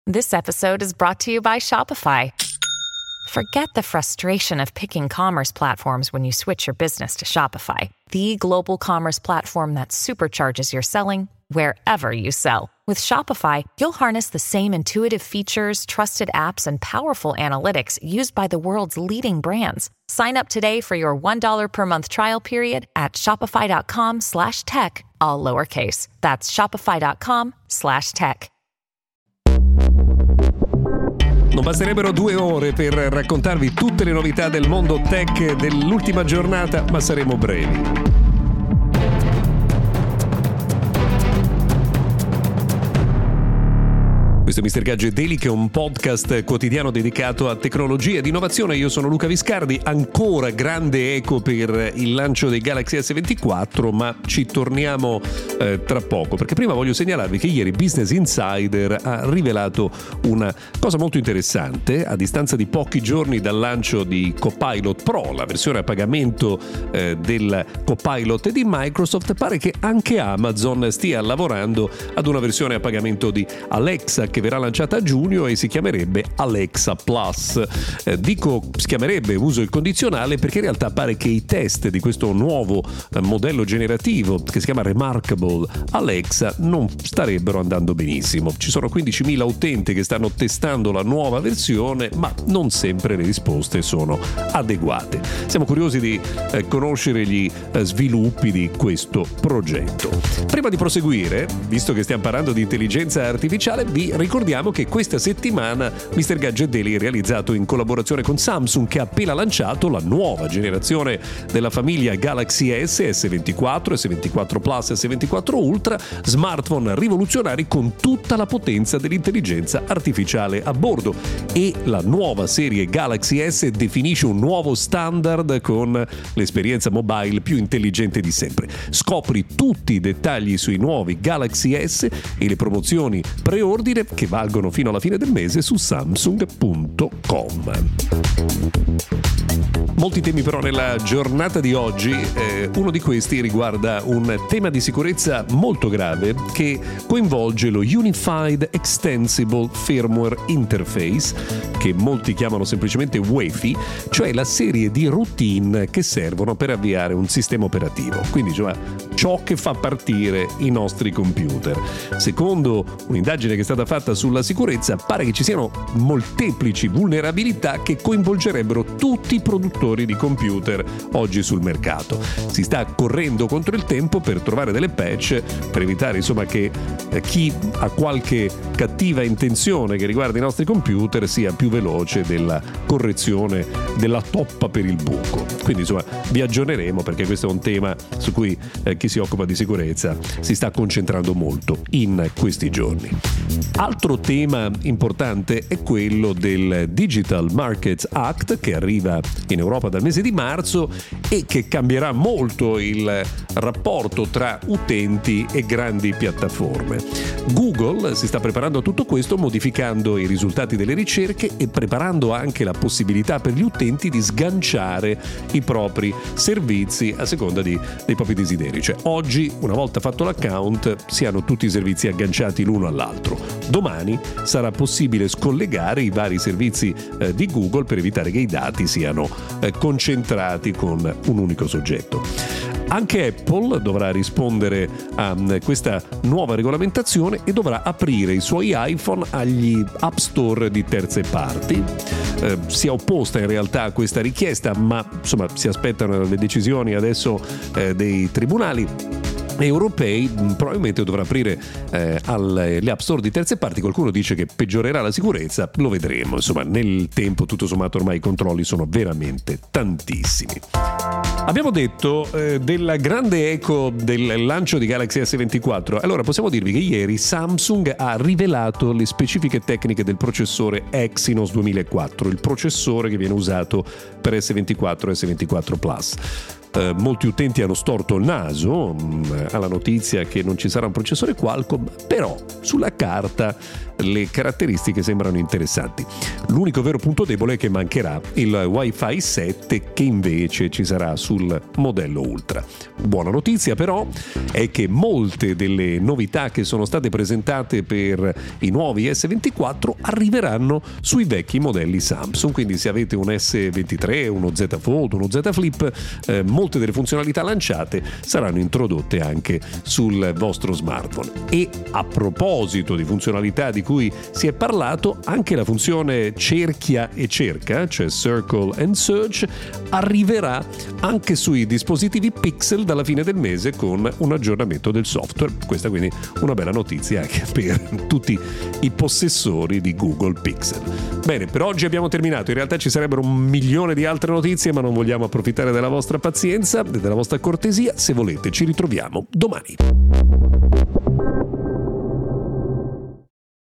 This episode is brought to you by Shopify. Forget the frustration of picking commerce platforms when you switch your business to Shopify, the global commerce platform that supercharges your selling wherever you sell. With Shopify, you'll harness the same intuitive features, trusted apps, and powerful analytics used by the world's leading brands. Sign up today for your $1 per month trial period at shopify.com/tech, all lowercase. That's shopify.com/tech. Non basterebbero 2 ore per raccontarvi tutte le novità del mondo tech dell'ultima giornata, ma saremo brevi. Questo è Mr. Gadget Daily, che è un podcast quotidiano dedicato a tecnologia ed innovazione. Io sono Luca Viscardi. Ancora grande eco per il lancio dei Galaxy S24, ma ci torniamo tra poco, perché prima voglio segnalarvi che ieri Business Insider ha rivelato una cosa molto interessante. A distanza di pochi giorni dal lancio di Copilot Pro, la versione a pagamento del Copilot di Microsoft, pare che anche Amazon stia lavorando ad una versione a pagamento di Alexa, che verrà lanciata a giugno e si chiamerebbe Alexa Plus. Dico si chiamerebbe, uso il condizionale, perché in realtà pare che i test di questo nuovo modello generativo, che si chiama Remarkable Alexa, non starebbero andando benissimo. Ci sono 15.000 utenti che stanno testando la nuova versione, ma non sempre le risposte sono adeguate. Siamo curiosi di conoscere gli sviluppi di questo progetto. Prima di proseguire, visto che stiamo parlando di intelligenza artificiale, vi ricordiamo che questa settimana Mr. Gadget Daily è realizzato in collaborazione con Samsung, che ha appena lanciato la nuova generazione della famiglia Galaxy S, S24, S24 Plus, S24 Ultra, smartphone rivoluzionari con tutta la potenza dell'intelligenza artificiale a bordo. E la nuova serie Galaxy S definisce un nuovo standard con l'esperienza mobile più intelligente di sempre. Scopri tutti i dettagli sui nuovi Galaxy S e le promozioni preordine che valgono fino alla fine del mese su Samsung.com. Molti temi però nella giornata di oggi. Uno di questi riguarda un tema di sicurezza molto grave che coinvolge lo Unified Extensible Firmware Interface, che molti chiamano semplicemente UEFI, cioè la serie di routine che servono per avviare un sistema operativo, quindi cioè ciò che fa partire i nostri computer. Secondo un'indagine che è stata fatta sulla sicurezza, pare che ci siano molteplici vulnerabilità che coinvolgerebbero tutti i produttori di computer oggi sul mercato. Si sta correndo contro il tempo per trovare delle patch, per evitare insomma che chi ha qualche cattiva intenzione che riguarda i nostri computer sia più veloce della correzione della toppa per il buco. Quindi insomma vi aggiorneremo, perché questo è un tema su cui chi si occupa di sicurezza si sta concentrando molto in questi giorni. Altro tema importante è quello del Digital Markets Act, che arriva in Europa dal mese di marzo e che cambierà molto il rapporto tra utenti e grandi piattaforme. Google si sta preparando a tutto questo, modificando i risultati delle ricerche e preparando anche la possibilità per gli utenti di sganciare i propri servizi a seconda dei propri desideri. Cioè oggi, una volta fatto l'account, si hanno tutti i servizi agganciati l'uno all'altro. Domani sarà possibile scollegare i vari servizi di Google per evitare che i dati siano concentrati con un unico soggetto. Anche Apple dovrà rispondere a questa nuova regolamentazione e dovrà aprire i suoi iPhone agli App Store di terze parti. Si è opposta in realtà a questa richiesta, ma insomma si aspettano le decisioni adesso dei tribunali europei. Probabilmente dovrà aprire alle App Store di terze parti. Qualcuno dice che peggiorerà la sicurezza, lo vedremo. Insomma, nel tempo tutto sommato ormai i controlli sono veramente tantissimi. Abbiamo detto della grande eco del lancio di Galaxy S24. Allora possiamo dirvi che ieri Samsung ha rivelato le specifiche tecniche del processore Exynos 2004, il processore che viene usato per S24 e S24 Plus. Molti utenti hanno storto il naso alla notizia che non ci sarà un processore Qualcomm, però sulla carta le caratteristiche sembrano interessanti. L'unico vero punto debole è che mancherà il Wi-Fi 7 che invece ci sarà sul modello Ultra. Buona notizia però è che molte delle novità che sono state presentate per i nuovi S24 arriveranno sui vecchi modelli Samsung, quindi se avete un S23, uno Z Fold, uno Z Flip, molte delle funzionalità lanciate saranno introdotte anche sul vostro smartphone. E a proposito di funzionalità di cui si è parlato, anche la funzione cerchia e cerca, cioè Circle and Search, arriverà anche sui dispositivi Pixel dalla fine del mese con un aggiornamento del software. Questa quindi una bella notizia anche per tutti i possessori di Google Pixel. Bene, per oggi abbiamo terminato. In realtà ci sarebbero 1.000.000 di altre notizie, ma non vogliamo approfittare della vostra pazienza e della vostra cortesia. Se volete ci ritroviamo domani.